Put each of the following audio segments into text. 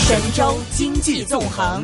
神州经济纵横。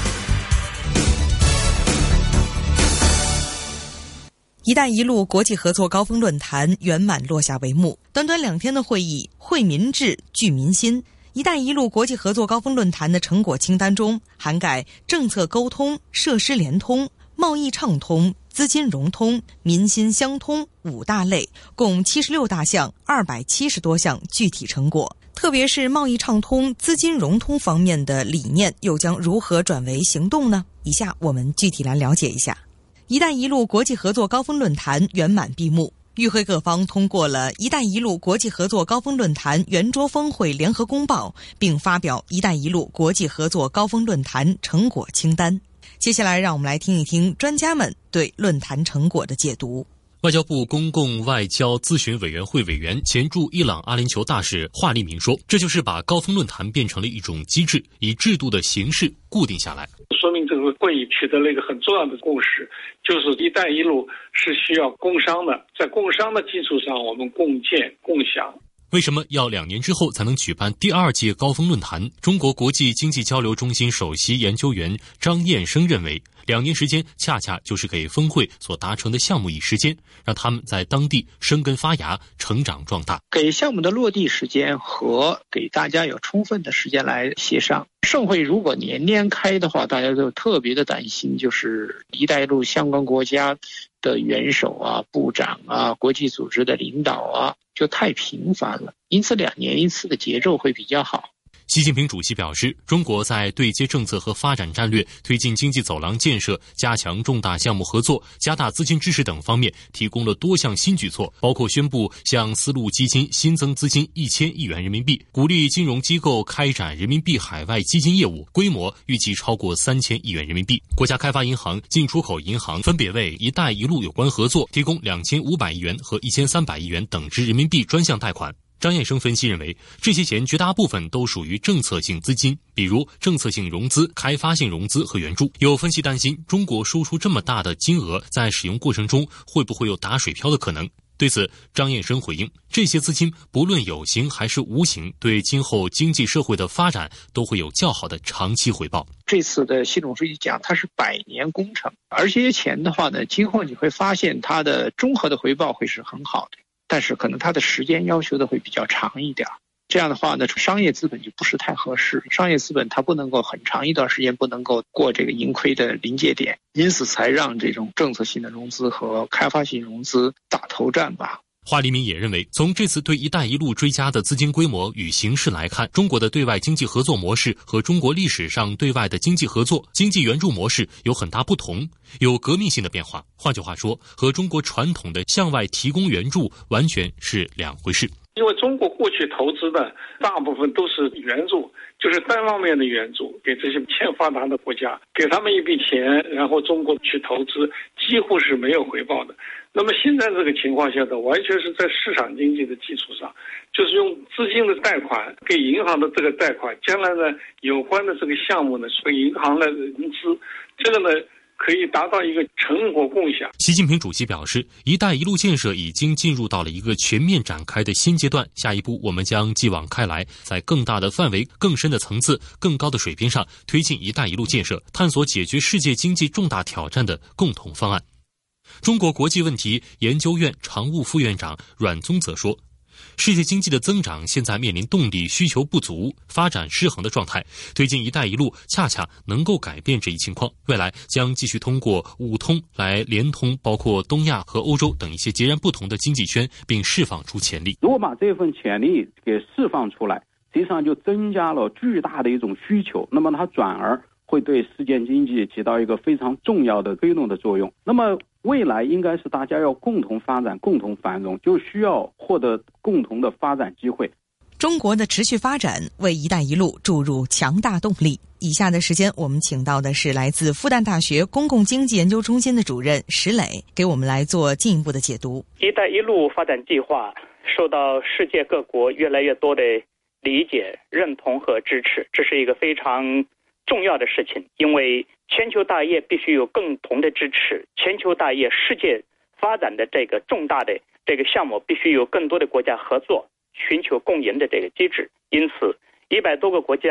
一带一路国际合作高峰论坛圆满落下帷幕，短短2天的会议，惠民智，聚民心。一带一路国际合作高峰论坛的成果清单中，涵盖政策沟通、设施联通、贸易畅通、资金融通、民心相通5大类，共76大项，270多项具体成果。特别是贸易畅通、资金融通方面的理念，又将如何转为行动呢？以下我们具体来了解一下。一带一路国际合作高峰论坛圆满闭幕，与会各方通过了一带一路国际合作高峰论坛圆桌峰会联合公报，并发表一带一路国际合作高峰论坛成果清单。接下来让我们来听一听专家们对论坛成果的解读。 外交部公共外交咨询委员会委员、前驻伊朗阿联酋大使华立明说，这就是把高峰论坛变成了一种机制，以制度的形式固定下来， 说明这个会议取得了一个很重要的共识，就是一带一路是需要工商的，在工商的基础上我们共建共享。 为什么要2年之后才能举办第2届高峰论坛？中国国际经济交流中心首席研究员张燕生认为，2年时间恰恰就是给峰会所达成的项目以时间，让他们在当地生根发芽、成长壮大。 给项目的落地时间和给大家有充分的时间来协商。盛会如果年年开的话，大家都特别的担心，就是一带一路相关国家的元首啊、部长啊、国际组织的领导啊，就太频繁了，因此2年一次的节奏会比较好。 习近平主席表示，中国在对接政策和发展战略、推进经济走廊建设、加强重大项目合作、加大资金支持等方面提供了多项新举措，包括宣布向丝路基金新增资金1000亿元人民币，鼓励金融机构开展人民币海外基金业务，规模预计超过3000亿元人民币。国家开发银行、进出口银行分别为一带一路有关合作提供2500亿元和1300亿元等值人民币专项贷款。张燕生分析认为，这些钱绝大部分都属于政策性资金，比如政策性融资、开发性融资和援助。有分析担心，中国输出这么大的金额，在使用过程中会不会有打水漂的可能？对此，张燕生回应，这些资金不论有形还是无形，对今后经济社会的发展都会有较好的长期回报。 这次的习总书记讲，它是100年工程，而这些钱的话呢，今后你会发现它的综合的回报会是很好的。但是可能它的时间要求的会比较长一点，这样的话呢，商业资本就不是太合适。商业资本它不能够很长一段时间不能够过这个盈亏的临界点，因此才让这种政策性的融资和开发性融资打头阵吧。 华立明也认为，从这次对一带一路追加的资金规模与形式来看，中国的对外经济合作模式和中国历史上对外的经济合作、经济援助模式有很大不同，有革命性的变化。换句话说，和中国传统的向外提供援助完全是2回事。 因为中国过去投资的大部分都是援助，就是单方面的援助，给这些欠发达的国家，给他们一笔钱，然后中国去投资，几乎是没有回报的。那么现在这个情况下呢，完全是在市场经济的基础上，就是用资金的贷款给银行的这个贷款，将来呢有关的这个项目呢，从银行来融资，这个呢可以达到一个成果共享。 习近平主席表示，一带一路建设已经进入到了一个全面展开的新阶段，下一步我们将继往开来，在更大的范围、更深的层次、更高的水平上推进一带一路建设，探索解决世界经济重大挑战的共同方案。中国国际问题研究院常务副院长阮宗泽说，世界经济的增长现在面临动力需求不足、发展失衡的状态，推进一带一路恰恰能够改变这一情况，未来将继续通过5通来连通包括东亚和欧洲等一些截然不同的经济圈，并释放出潜力。 如果把这份潜力给释放出来，实际上就增加了巨大的一种需求，那么它转而会对世界经济起到一个非常重要的推动的作用。那么未来应该是大家要共同发展、共同繁荣，就需要获得共同的发展机会。 中国的持续发展为一带一路注入强大动力。以下的时间我们请到的是来自复旦大学公共经济研究中心的主任石磊，给我们来做进一步的解读。 一带一路发展计划受到世界各国越来越多的理解、认同和支持，这是一个非常重要的事情，因为全球大业必须有共同的支持，全球大业世界发展的这个重大的这个项目必须有更多的国家合作，寻求共赢的这个机制。因此100多个国家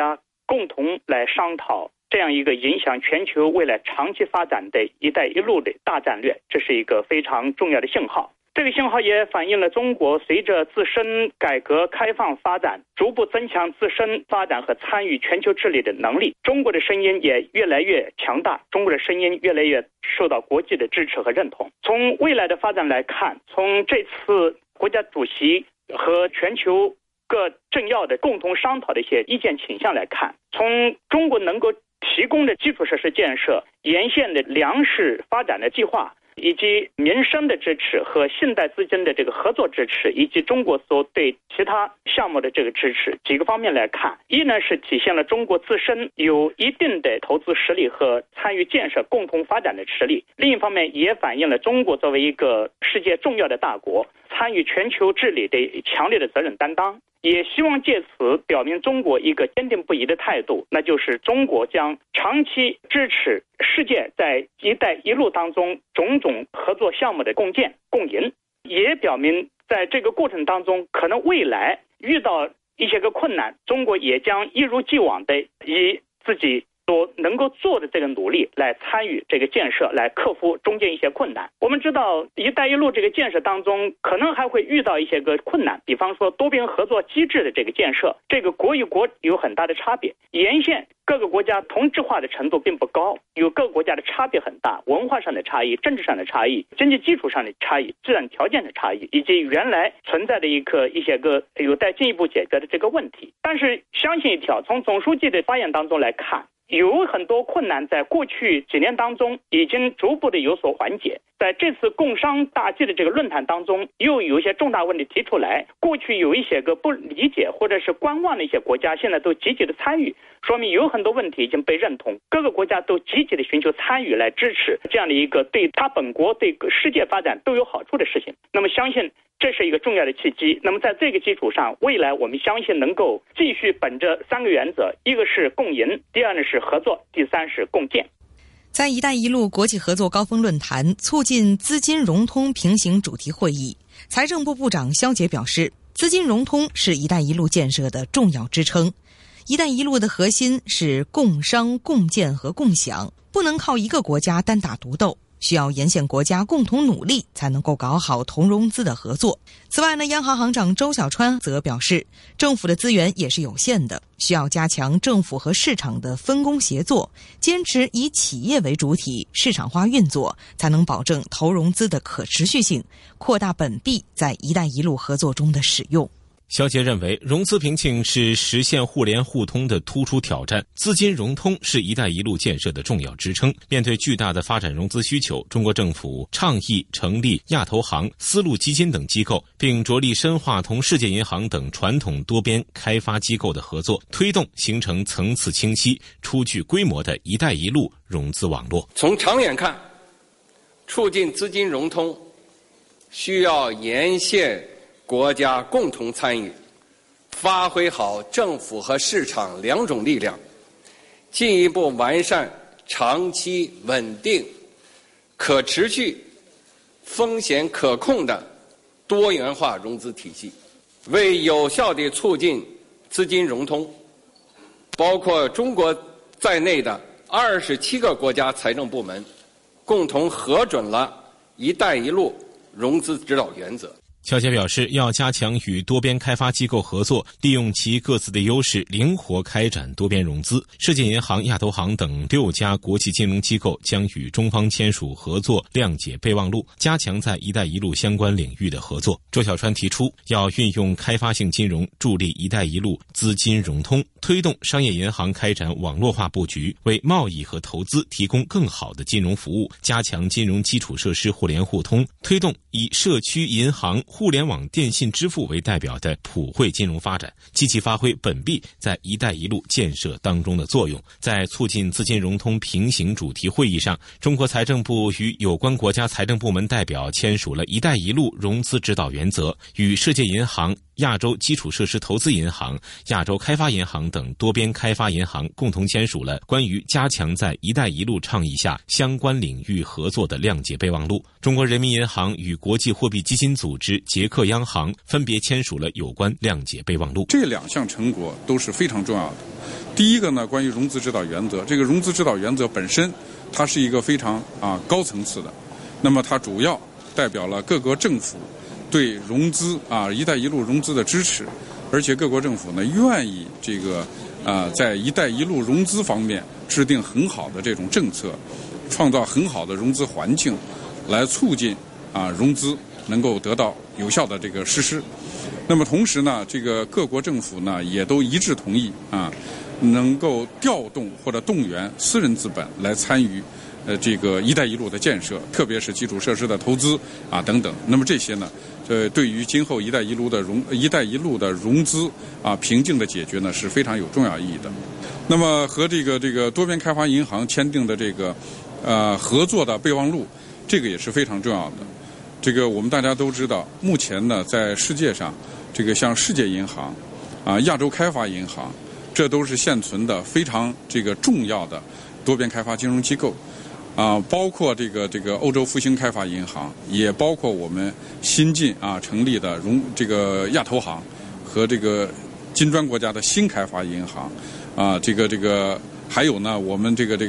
共同来商讨这样一个影响全球未来长期发展的一带一路的大战略，这是一个非常重要的信号。这个信号也反映了中国随着自身改革开放发展，逐步增强自身发展和参与全球治理的能力。中国的声音也越来越强大，中国的声音越来越受到国际的支持和认同。从未来的发展来看，从这次国家主席和全球各政要的共同商讨的一些意见倾向来看，从中国能够提供的基础设施建设、沿线的粮食发展的计划，以及民生的支持和信贷资金的这个合作支持，以及中国所对其他项目的这个支持几个方面来看，一呢是体现了中国自身有一定的投资实力和参与建设共同发展的实力，另一方面也反映了中国作为一个世界重要的大国参与全球治理的强烈的责任担当，也希望借此表明中国一个坚定不移的态度，那就是中国将长期支持世界在一带一路当中种种合作项目的共建共赢，也表明在这个过程当中可能未来遇到一些个困难，中国也将一如既往的以自己所能够做的这个努力来参与这个建设，来克服中间一些困难。我们知道一带一路这个建设当中可能还会遇到一些个困难，比方说多边合作机制的这个建设，这个国与国有很大的差别，沿线各个国家同质化的程度并不高，有各个国家的差别很大，文化上的差异、政治上的差异、经济基础上的差异、自然条件的差异，以及原来存在的一些个有待进一步解决的这个问题。但是相信一条，从总书记的发言当中来看，有很多困难在过去几年当中已经逐步的有所缓解，在这次共商大计的这个论坛当中又有一些重大问题提出来，过去有一些个不理解或者是观望的一些国家现在都积极的参与，说明有很多问题已经被认同，各个国家都积极的寻求参与来支持这样的一个对他本国对世界发展都有好处的事情。那么相信这是一个重要的契机。那么在这个基础上，未来我们相信能够继续本着3个原则，一个是共赢，第二呢是合作，第三是共建。 在一带一路国际合作高峰论坛促进资金融通平行主题会议，财政部部长肖捷表示，资金融通是一带一路建设的重要支撑。一带一路的核心是共商、共建和共享，不能靠一个国家单打独斗，需要沿线国家共同努力才能够搞好同融资的合作。此外呢，央行行长周小川则表示，政府的资源也是有限的，需要加强政府和市场的分工协作，坚持以企业为主体，市场化运作，才能保证投融资的可持续性，扩大本地在一带一路合作中的使用。 肖捷认为，融资瓶颈是实现互联互通的突出挑战，资金融通是一带一路建设的重要支撑。面对巨大的发展融资需求，中国政府倡议成立亚投行、丝路基金等机构，并着力深化同世界银行等传统多边开发机构的合作，推动形成层次清晰、初具规模的一带一路融资网络。 从长远看，促进资金融通需要沿线国家共同参与，发挥好政府和市场两种力量，进一步完善长期稳定、可持续、风险可控的多元化融资体系，为有效地促进资金融通，包括中国在内的27个国家财政部门共同核准了“一带一路”融资指导原则。 肖捷表示，要加强与多边开发机构合作，利用其各自的优势，灵活开展多边融资。世界银行、亚投行等6家国际金融机构将与中方签署合作谅解备忘录，加强在一带一路相关领域的合作。周小川提出，要运用开发性金融助力一带一路资金融通，推动商业银行开展网络化布局，为贸易和投资提供更好的金融服务，加强金融基础设施互联互通，推动以社区银行、互联网电信支付为代表的普惠金融发展，积极发挥本币在一带一路建设当中的作用。在促进资金融通平行主题会议上，中国财政部与有关国家财政部门代表签署了一带一路融资指导原则，与世界银行、 亚洲基础设施投资银行、亚洲开发银行等多边开发银行共同签署了关于加强在“一带一路”倡议下相关领域合作的谅解备忘录。中国人民银行与国际货币基金组织、捷克央行分别签署了有关谅解备忘录。 这2项成果都是非常重要的。第一个呢，关于融资指导原则，这个融资指导原则本身，它是一个非常高层次的，那么它主要代表了各国政府对融资“一带一路”融资的支持，而且各国政府呢愿意这个在“一带一路”融资方面制定很好的这种政策，创造很好的融资环境，来促进融资能够得到有效的这个实施。那么同时呢，这个各国政府呢也都一致同意能够调动或者动员私人资本来参与这个“一带一路”的建设，特别是基础设施的投资等等。那么这些呢，对于今后“一带一路”的融资瓶颈的解决呢是非常有重要意义的。那么和这个多边开发银行签订的这个合作的备忘录，这个也是非常重要的。这个我们大家都知道，目前呢在世界上，这个像世界银行亚洲开发银行，这都是现存的非常这个重要的多边开发金融机构。包括这个欧洲复兴开发银行，也包括我们新近成立的这个亚投行和这个金砖国家的新开发银行，这个还有呢我们这个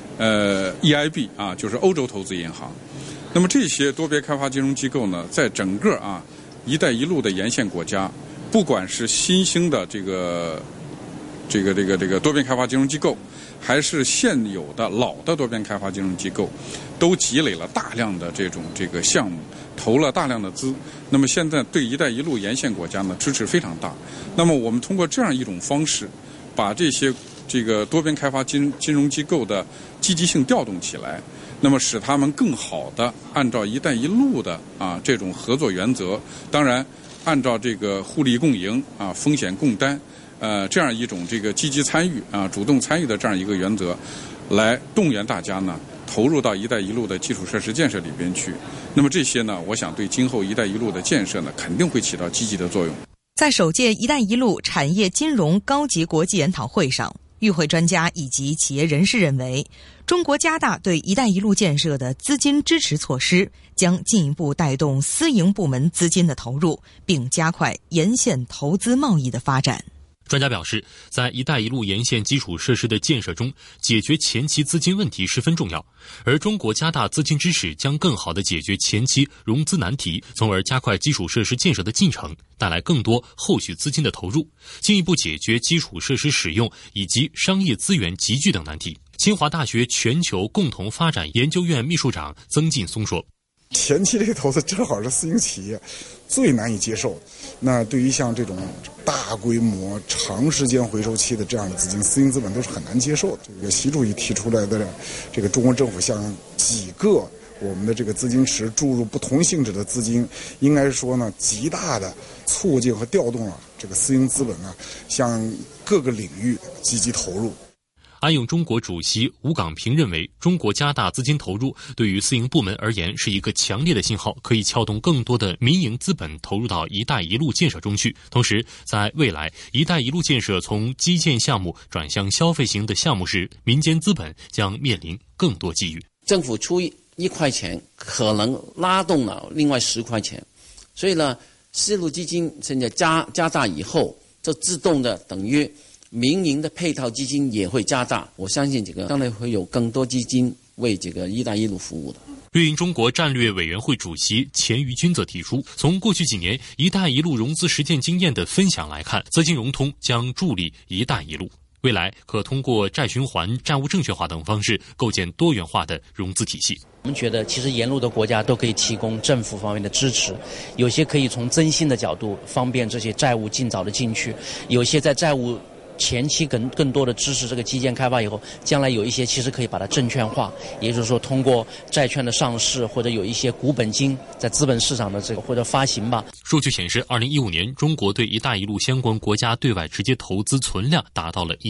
EIB 就是欧洲投资银行。那么这些多边开发金融机构呢，在整个“一带一路”的沿线国家，不管是新兴的这个多边开发金融机构，还是现有的老的多边开发金融机构，都积累了大量的这个项目，投了大量的资。那么现在对“一带一路”沿线国家呢支持非常大。那么我们通过这样一种方式，把这个多边开发金融机构的积极性调动起来，那么使他们更好的按照“一带一路”的这种合作原则，当然按照这个互利共赢风险共担。这样一种这个积极参与主动参与的这样一个原则，来动员大家呢投入到“一带一路”的基础设施建设里边去。那么这些呢，我想对今后“一带一路”的建设呢，肯定会起到积极的作用。 在首届“一带一路”产业金融高级国际研讨会上，与会专家以及企业人士认为，中国加大对“一带一路”建设的资金支持措施，将进一步带动私营部门资金的投入，并加快沿线投资贸易的发展。 专家表示，在“一带一路”沿线基础设施的建设中，解决前期资金问题十分重要，而中国加大资金支持将更好地解决前期融资难题，从而加快基础设施建设的进程，带来更多后续资金的投入，进一步解决基础设施使用以及商业资源集聚等难题。清华大学全球共同发展研究院秘书长曾劲松说， 前期这个投资正好是私营企业最难以接受，那对于像这种大规模长时间回收期的这样的资金，私营资本都是很难接受的。这个习主席提出来的这个中国政府向几个我们的这个资金池注入不同性质的资金，应该说呢极大的促进和调动了这个私营资本呢向各个领域积极投入。 安永中国主席吴岗平认为，中国加大资金投入对于私营部门而言是一个强烈的信号，可以撬动更多的民营资本投入到“一带一路”建设中去。同时，在未来“一带一路”建设从基建项目转向消费型的项目时，民间资本将面临更多机遇。 政府出1块钱，可能拉动了另外10块钱，所以呢，丝路基金现在加大以后，这自动的等于民营的配套基金也会加大，我相信将来会有更多基金为这个“一带一路”服务的。 绿营中国战略委员会主席钱于军则提出，从过去几年“一带一路”融资实践经验的分享来看，资金融通将助力“一带一路”。未来可通过债循环、债务证券化等方式，构建多元化的融资体系。 我们觉得，其实沿路的国家都可以提供政府方面的支持，有些可以从征信的角度方便这些债务尽早的进去，有些在债务前期更多的支持这个基建开发以后，将来有一些其实可以把它证券化，也就是说通过债券的上市或者有一些股本金在资本市场的这个或者发行吧。 数据显示，2015年中国对“一带一路”相关国家对外直接投资存量达到了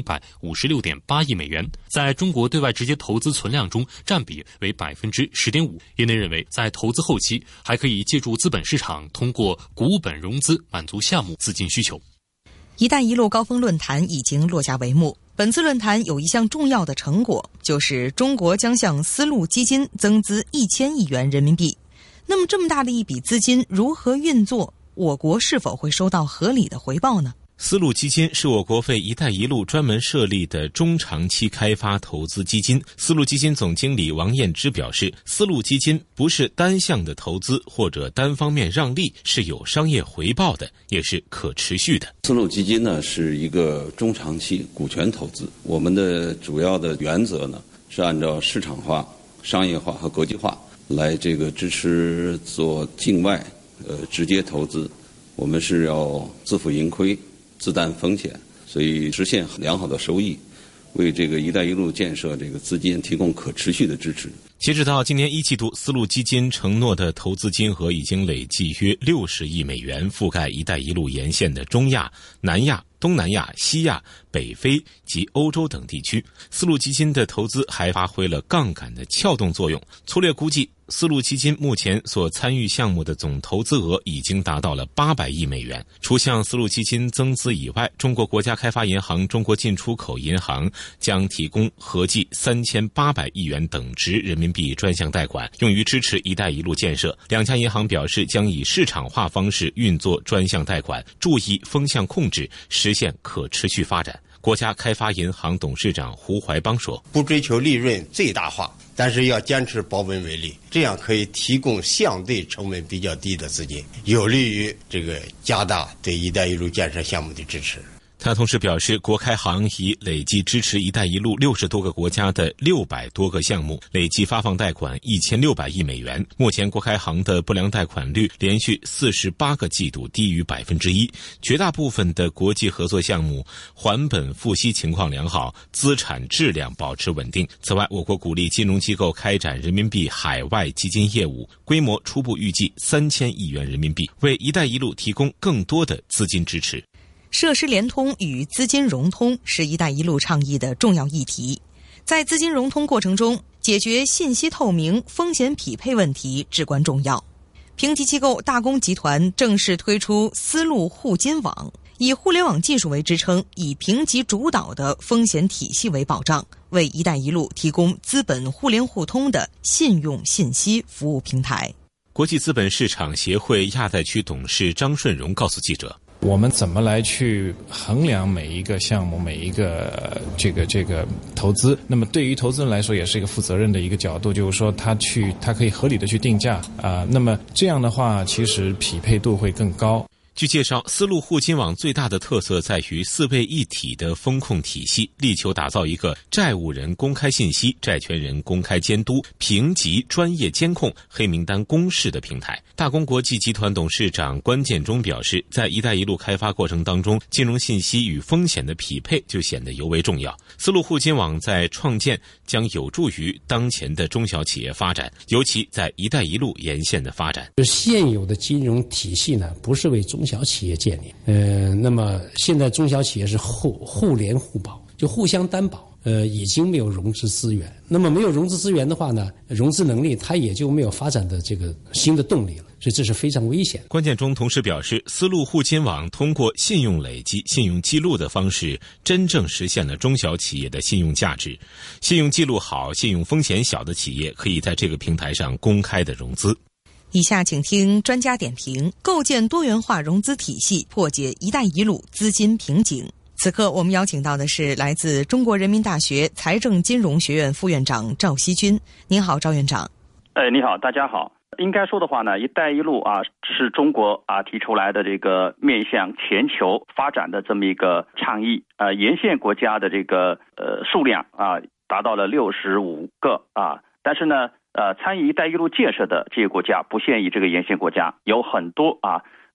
1156.8亿美元，在中国对外直接投资存量中占比为10.5%。业内认为，在投资后期还可以借助资本市场，通过股本融资满足项目资金需求。 一带一路高峰论坛已经落下帷幕。本次论坛有一项重要的成果，就是中国将向丝路基金增资1000亿元人民币。那么这么大的一笔资金如何运作？我国是否会收到合理的回报呢？ 丝路基金是我国为“一带一路”专门设立的中长期开发投资基金。丝路基金总经理王燕之表示，丝路基金不是单向的投资或者单方面让利，是有商业回报的，也是可持续的。 丝路基金呢是一个中长期股权投资，我们的主要的原则呢是按照市场化、商业化和国际化来支持做境外直接投资。我们是要自负盈亏，自担风险，所以实现良好的收益，为这个“一带一路”建设资金提供可持续的支持。 截止到今年1季度，丝路基金承诺的投资金额已经累计约60亿美元，覆盖“一带一路”沿线的中亚、南亚、东南亚、西亚、北非及欧洲等地区。丝路基金的投资还发挥了杠杆的撬动作用。粗略估计，丝路基金目前所参与项目的总投资额已经达到了800亿美元。除向丝路基金增资以外，中国国家开发银行、中国进出口银行将提供合计3800亿元等值人民币专项贷款，用于支持“一带一路”建设。两家银行表示，将以市场化方式运作专项贷款，注意风向控制，实现可持续发展。国家开发银行董事长胡怀邦说， 不追求利润最大化，但是要坚持保本为利，这样可以提供相对成本比较低的资金，有利于加大对“一带一路”建设项目的支持。 他同时表示，国开行已累计支持“一带一路”60多个国家的600多个项目，累计发放贷款1600亿美元。目前国开行的不良贷款率连续48个季度低于1%，绝大部分的国际合作项目还本付息情况良好，资产质量保持稳定。此外，我国鼓励金融机构开展人民币海外基金业务，规模初步预计3000亿元人民币，为“一带一路”提供更多的资金支持。 设施联通与资金融通是“一带一路”倡议的重要议题。在资金融通过程中，解决信息透明、风险匹配问题至关重要。评级机构大公集团正式推出丝路互金网，以互联网技术为支撑，以评级主导的风险体系为保障，为“一带一路”提供资本互联互通的信用信息服务平台。 国际资本市场协会亚太区董事张顺荣告诉记者， 我们怎么来去衡量每一个项目、每一个这个投资？那么对于投资人来说，也是一个负责任的一个角度，就是说他可以合理的去定价那么这样的话，其实匹配度会更高。 据介绍，丝路互金网最大的特色在于4位一体的风控体系，力求打造一个债务人公开信息、债权人公开监督、评级专业监控、黑名单公示的平台。大公国际集团董事长关建中表示，在“一带一路”开发过程当中，金融信息与风险的匹配就显得尤为重要。丝路互金网在创建将有助于当前的中小企业发展，尤其在“一带一路”沿线的发展。 现有的金融体系呢，不是为中小企业建立，那么现在中小企业是互联互保，就互相担保，已经没有融资资源。那么没有融资资源的话呢，融资能力它也就没有发展的新的动力了，所以这是非常危险。 关建中同时表示，丝路互金网通过信用累积、信用记录的方式，真正实现了中小企业的信用价值。信用记录好、信用风险小的企业可以在这个平台上公开的融资。 以下请听专家点评：构建多元化融资体系，破解“一带一路”资金瓶颈。此刻我们邀请到的是来自中国人民大学财政金融学院副院长赵锡军。您好，赵院长。 你好，大家好。应该说的话呢，“一带一路”是中国提出来的这个面向全球发展的这么一个倡议。沿线国家的这个数量达到了65个但是呢参与“一带一路”建设的这些国家不限于这个沿线国家，有很多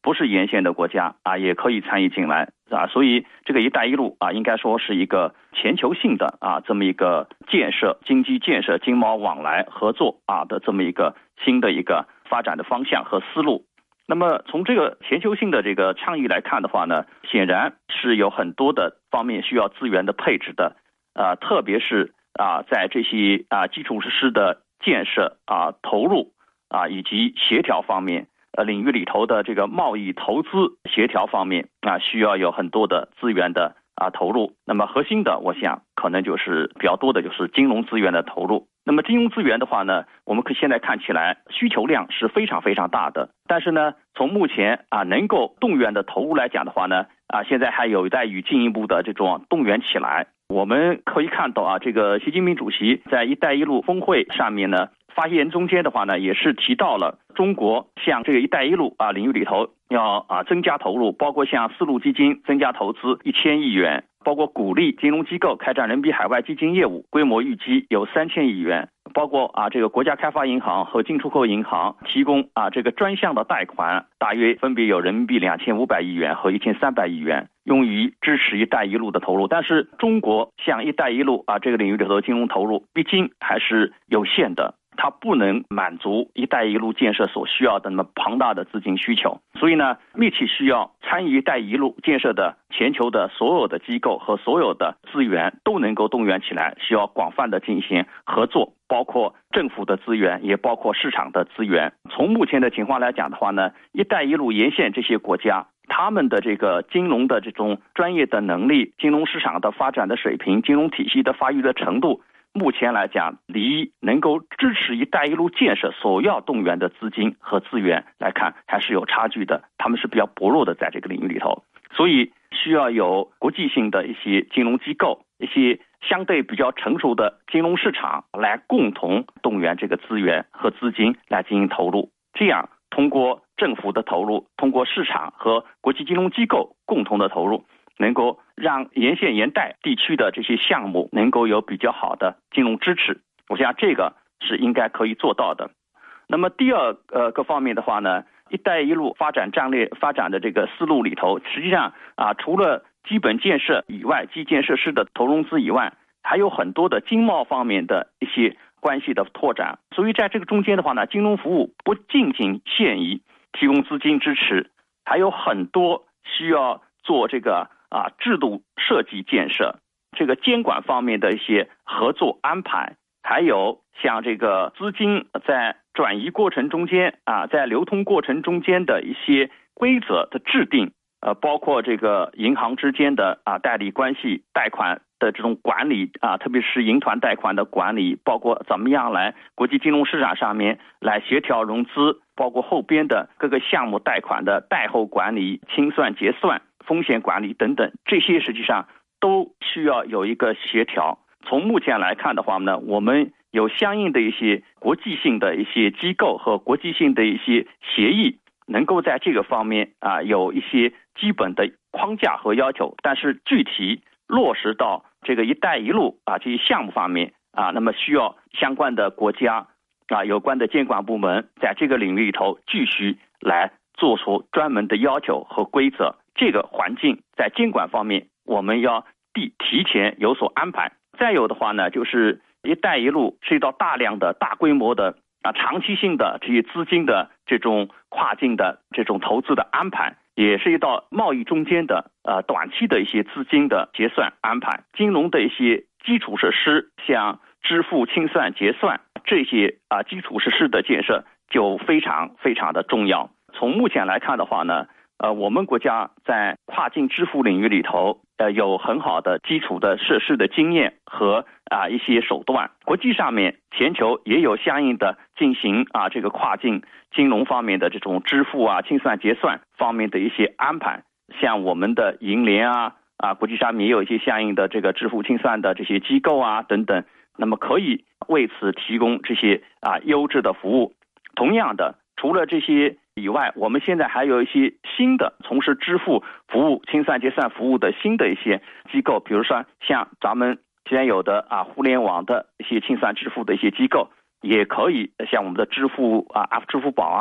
不是沿线的国家啊也可以参与进来啊。所以这个一带一路啊应该说是一个全球性的啊这么一个建设、经济建设、经贸往来合作啊的这么一个新的一个发展的方向和思路。那么从这个全球性的这个倡议来看的话呢，显然是有很多的方面需要资源的配置的，特别是在这些基础设施的建设投入以及协调方面，领域里头的这个贸易投资协调方面需要有很多的资源的投入。那么核心的我想可能就是比较多的就是金融资源的投入。那么金融资源的话呢，我们现在看起来需求量是非常非常大的，但是呢从目前能够动员的投入来讲的话呢现在还有待于进一步的这种动员起来。我们可以看到这个习近平主席在一带一路峰会上面呢发言中间的话呢，也是提到了中国向这个一带一路领域里头要增加投入，包括向丝路基金增加投资1000亿元，包括鼓励金融机构开展人民币海外基金业务，规模预计有3000亿元，包括这个国家开发银行和进出口银行提供这个专项的贷款，大约分别有人民币2500亿元和1300亿元，用于支持一带一路的投入。但是中国向一带一路这个领域里头的金融投入毕竟还是有限的，它不能满足一带一路建设所需要的那么庞大的资金需求。所以呢，密切需要参与一带一路建设的全球的所有的机构和所有的资源都能够动员起来，需要广泛的进行合作，包括政府的资源，也包括市场的资源。从目前的情况来讲的话呢，一带一路沿线这些国家，他们的这个金融的这种专业的能力、金融市场的发展的水平、金融体系的发育的程度，目前来讲离能够支持一带一路建设所要动员的资金和资源来看还是有差距的，他们是比较薄弱的在这个领域里头。所以需要有国际性的一些金融机构，一些相对比较成熟的金融市场来共同动员这个资源和资金来进行投入，这样通过政府的投入，通过市场和国际金融机构共同的投入，能够让沿线沿带地区的这些项目能够有比较好的金融支持。我想这个是应该可以做到的。那么第二个方面的话呢，一带一路发展战略发展的这个思路里头，实际上除了基本建设以外，基建设施的投融资以外，还有很多的经贸方面的一些关系的拓展。所以在这个中间的话呢，金融服务不仅仅限于提供资金支持，还有很多需要做这个制度设计建设，这个监管方面的一些合作安排，还有像这个资金在转移过程中间在流通过程中间的一些规则的制定，包括这个银行之间的代理关系、贷款的这种管理特别是银团贷款的管理，包括怎么样来国际金融市场上面来协调融资，包括后边的各个项目贷款的贷后管理、清算结算、风险管理等等，这些实际上都需要有一个协调。从目前来看的话呢，我们有相应的一些国际性的一些机构和国际性的一些协议，能够在这个方面有一些基本的框架和要求，但是具体落实到这个一带一路这些项目方面那么需要相关的国家有关的监管部门在这个领域里头继续来做出专门的要求和规则。这个环境在监管方面我们要提前有所安排。再有的话呢，就是一带一路涉及到大量的大规模的长期性的这些资金的这种跨境的这种投资的安排，也涉及到贸易中间的短期的一些资金的结算安排，金融的一些基础设施，像支付、清算、结算这些基础设施的建设就非常非常的重要。从目前来看的话呢，我们国家在跨境支付领域里头有很好的基础的设施的经验和一些手段，国际上面全球也有相应的进行这个跨境金融方面的这种支付清算结算方面的一些安排，像我们的银联国际上面也有一些相应的这个支付清算的这些机构等等，那么可以为此提供这些优质的服务。同样的，除了这些以外，我们现在还有一些新的从事支付服务、清算结算服务的新的一些机构，比如说像咱们现在有的互联网的一些清算支付的一些机构，也可以像我们的支付支付宝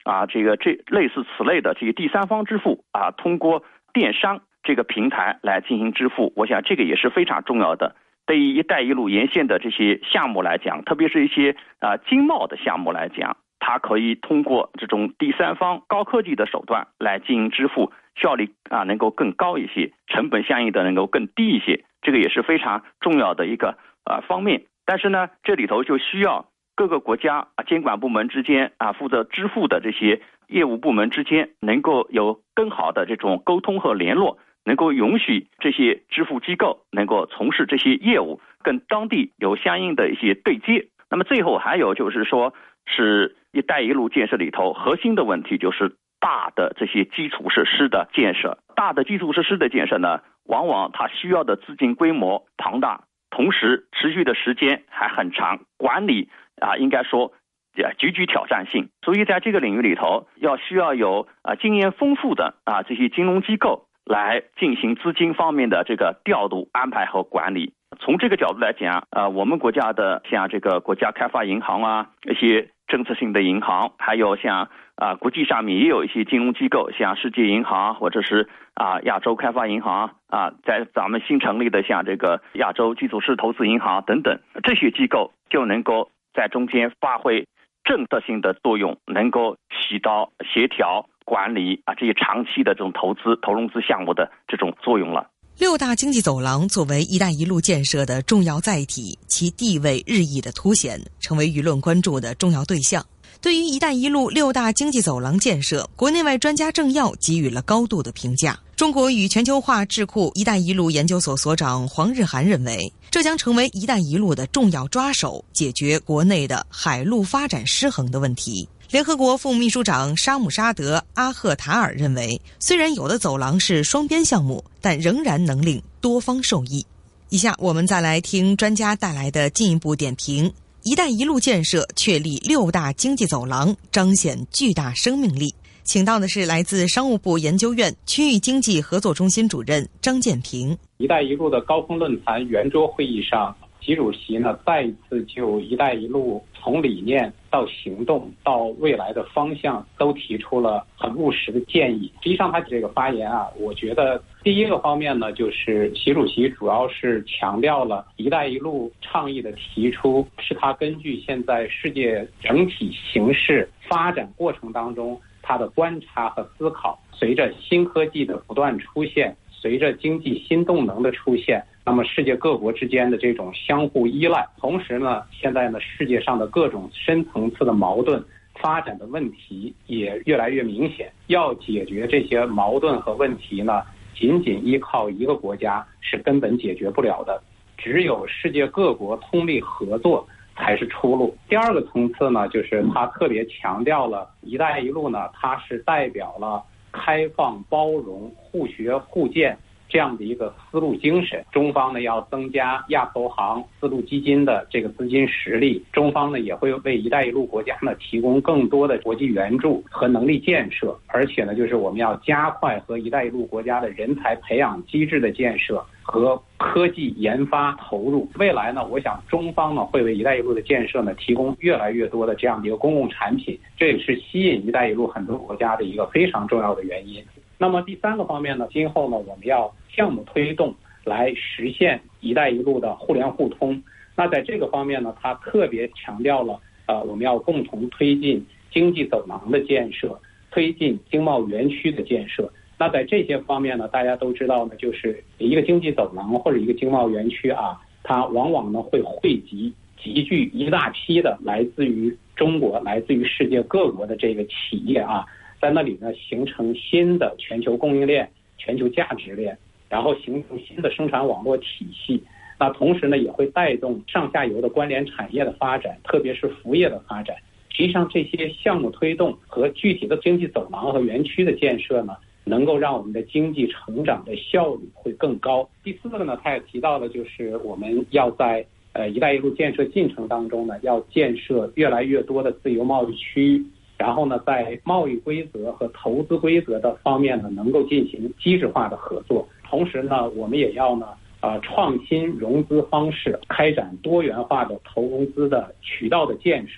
这类似此类的这些第三方支付通过电商这个平台来进行支付，我想这个也是非常重要的。对于一带一路沿线的这些项目来讲，特别是一些经贸的项目来讲，它可以通过这种第三方高科技的手段来进行支付，效率能够更高一些，成本相应的能够更低一些，这个也是非常重要的一个方面。但是呢，这里头就需要各个国家监管部门之间负责支付的这些业务部门之间能够有更好的这种沟通和联络，能够允许这些支付机构能够从事这些业务，跟当地有相应的一些对接。那么最后还有就是说，是一带一路建设里头核心的问题，就是大的这些基础设施的建设。大的基础设施的建设呢，往往它需要的资金规模庞大，同时持续的时间还很长，管理应该说极具挑战性。所以在这个领域里头，需要有经验丰富的这些金融机构来进行资金方面的这个调度、安排和管理。从这个角度来讲，我们国家的像这个国家开发银行一些政策性的银行，还有像国际上面也有一些金融机构，像世界银行或者是亚洲开发银行在咱们新成立的像这个亚洲基础设施投资银行等等，这些机构就能够在中间发挥政策性的作用，能够起到协调管理这些长期的这种投融资项目的这种作用了。 六大经济走廊作为一带一路建设的重要载体，其地位日益的凸显，成为舆论关注的重要对象。对于一带一路六大经济走廊建设，国内外专家政要给予了高度的评价。中国与全球化智库一带一路研究所所长黄日涵认为，这将成为一带一路的重要抓手，解决国内的海陆发展失衡的问题。联合国副秘书长沙姆沙德·阿赫塔尔认为，虽然有的走廊是双边项目，但仍然能令多方受益。以下我们再来听专家带来的进一步点评：一带一路建设确立六大经济走廊，彰显巨大生命力。请到的是来自商务部研究院区域经济合作中心主任张建平。 一带一路的高峰论坛圆桌会议上，习主席呢再一次就一带一路从理念到行动到未来的方向都提出了很务实的建议。实际上他这个发言我觉得第一个方面呢，就是习主席主要是强调了一带一路倡议的提出是他根据现在世界整体形势发展过程当中他的观察和思考，随着新科技的不断出现，随着经济新动能的出现，那么世界各国之间的这种相互依赖，同时呢，现在呢世界上的各种深层次的矛盾发展的问题也越来越明显。要解决这些矛盾和问题呢，仅仅依靠一个国家是根本解决不了的，只有世界各国通力合作才是出路。第二个层次呢，就是他特别强调了一带一路呢，它是代表了开放、包容、互学互鉴这样的一个思路精神。中方呢要增加亚投行、丝路基金的这个资金实力，中方呢也会为一带一路国家呢提供更多的国际援助和能力建设，而且呢就是我们要加快和一带一路国家的人才培养机制的建设和科技研发投入。未来呢，我想中方呢会为一带一路的建设呢提供越来越多的这样的一个公共产品，这也是吸引一带一路很多国家的一个非常重要的原因。那么第三个方面呢，今后呢我们要项目推动来实现一带一路的互联互通。那在这个方面呢，他特别强调了我们要共同推进经济走廊的建设，推进经贸园区的建设。那在这些方面呢，大家都知道呢，就是一个经济走廊或者一个经贸园区它往往呢会汇集集聚一大批的来自于中国、来自于世界各国的这个企业在那里呢形成新的全球供应链、全球价值链，然后形成新的生产网络体系。那同时呢，也会带动上下游的关联产业的发展，特别是服务业的发展。实际上，这些项目推动和具体的经济走廊和园区的建设呢，能够让我们的经济成长的效率会更高。第四个呢，他也提到了，就是我们要在一带一路建设进程当中呢，要建设越来越多的自由贸易区域，然后呢，在贸易规则和投资规则的方面呢，能够进行机制化的合作。同时呢，我们也要呢创新融资方式，开展多元化的投融资的渠道的建设，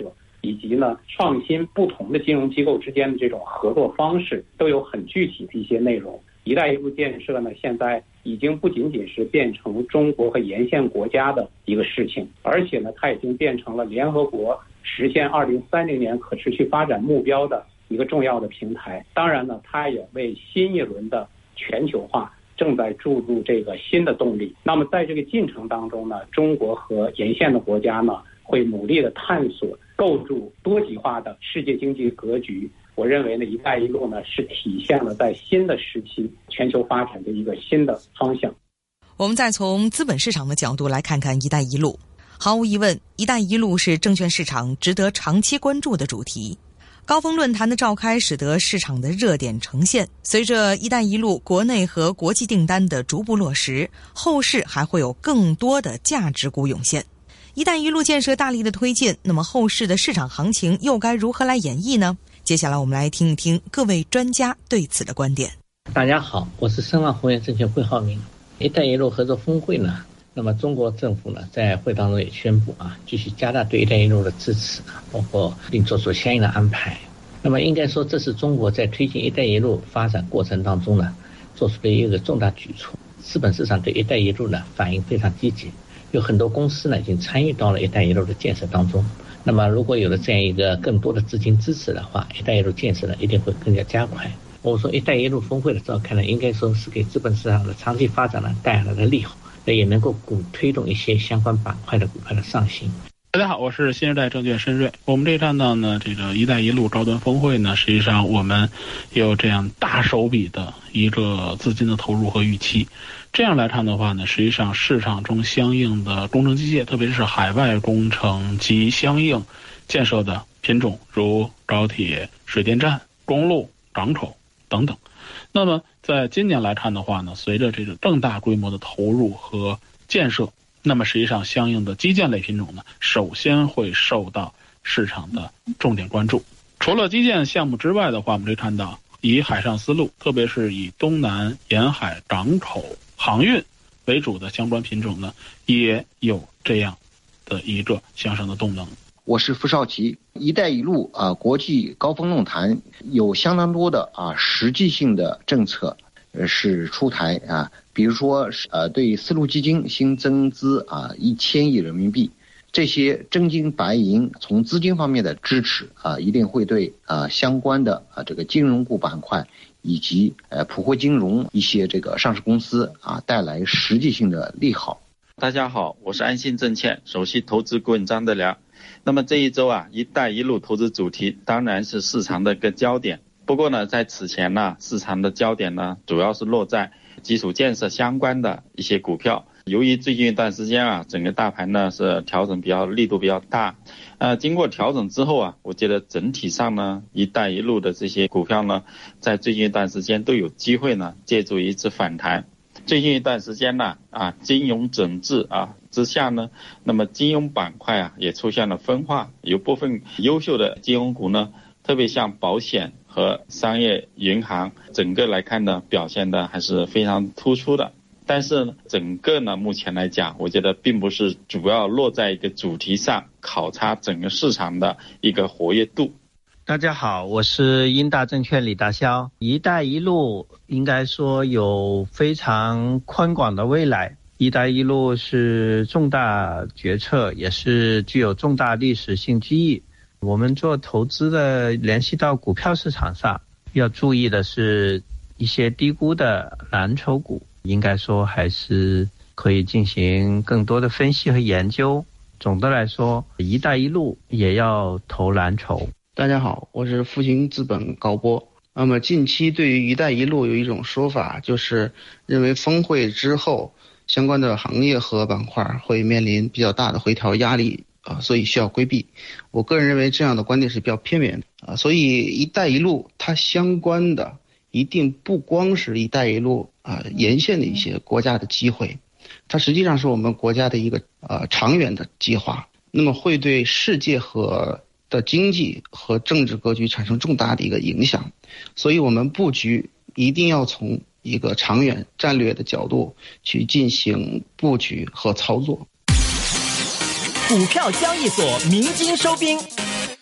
以及呢创新不同的金融机构之间的这种合作方式，都有很具体的一些内容。一带一路建设呢，现在已经不仅仅是变成中国和沿线国家的一个事情，而且呢，它已经变成了联合国实现2030年可持续发展目标的一个重要的平台。当然呢，它也为新一轮的全球化正在注入这个新的动力。那么在这个进程当中呢，中国和沿线的国家呢，会努力的探索构筑多极化的世界经济格局。我认为呢，一带一路呢是体现了在新的时期全球发展的一个新的方向。 我们再从资本市场的角度来看看一带一路。毫无疑问，一带一路是证券市场值得长期关注的主题。高峰论坛的召开使得市场的热点呈现，随着一带一路国内和国际订单的逐步落实，后市还会有更多的价值股涌现。一带一路建设大力的推进，那么后市的市场行情又该如何来演绎呢？接下来我们来听一听各位专家对此的观点。 大家好，我是申万宏源证券会浩明。一带一路合作峰会呢，那么中国政府呢在会当中也宣布继续加大对一带一路的支持包括并做出相应的安排。那么应该说这是中国在推进一带一路发展过程当中呢做出的一个重大举措。资本市场对一带一路呢反应非常积极，有很多公司呢已经参与到了一带一路的建设当中。那么如果有了这样一个更多的资金支持的话，一带一路建设呢一定会更加加快。我说一带一路峰会的召开呢，应该说是给资本市场的长期发展呢带来了利好，也能够推动一些相关板块的股票的上行。 大家好，我是新时代证券申瑞。我们这看到呢，这个一带一路高端峰会呢，实际上我们有这样大手笔的一个资金的投入和预期。这样来看的话呢，实际上市场中相应的工程机械，特别是海外工程及相应建设的品种，如高铁、水电站、公路、港口等等。那么在今年来看的话呢，随着这个更大规模的投入和建设，那么实际上相应的基建类品种呢，首先会受到市场的重点关注。除了基建项目之外的话，我们可以看到以海上丝路，特别是以东南沿海港口航运为主的相关品种呢，也有这样的一个向上的动能。 我是傅少奇。一带一路国际高峰论坛有相当多的实际性的政策是出台比如说对丝路基金新增资1000亿人民币，这些真金白银从资金方面的支持一定会对相关的这个金融股板块以及普惠金融一些这个上市公司带来实际性的利好。 大家好，我是安信证券首席投资顾问张德良。那么这一周一带一路投资主题当然是市场的一个焦点。不过呢，在此前呢，市场的焦点呢，主要是落在基础建设相关的一些股票。由于最近一段时间整个大盘呢是调整力度比较大，经过调整之后我觉得整体上呢，一带一路的这些股票呢，在最近一段时间都有机会呢，借助一次反弹。最近一段时间呢，金融整治之下呢，那么金融板块也出现了分化，有部分优秀的金融股呢，特别像保险和商业银行，整个来看呢，表现的还是非常突出的。但是呢，整个呢，目前来讲，我觉得并不是主要落在一个主题上考察整个市场的一个活跃度。 大家好，我是英大证券李大霄。一带一路应该说有非常宽广的未来，一带一路是重大决策，也是具有重大历史性机遇。我们做投资的联系到股票市场上，要注意的是一些低估的蓝筹股，应该说还是可以进行更多的分析和研究。总的来说，一带一路也要投蓝筹。 大家好，我是复兴资本高波。那么近期对于一带一路有一种说法，就是认为峰会之后相关的行业和板块会面临比较大的回调压力所以需要规避。我个人认为这样的观点是比较偏远的所以一带一路它相关的一定不光是一带一路沿线的一些国家的机会，它实际上是我们国家的一个长远的计划，那么会对世界和的经济和政治格局产生重大的一个影响，所以我们布局一定要从一个长远战略的角度去进行布局和操作。 股票交易所鸣金收兵，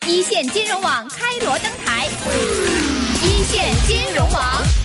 一线金融网开锣登台，一线金融网。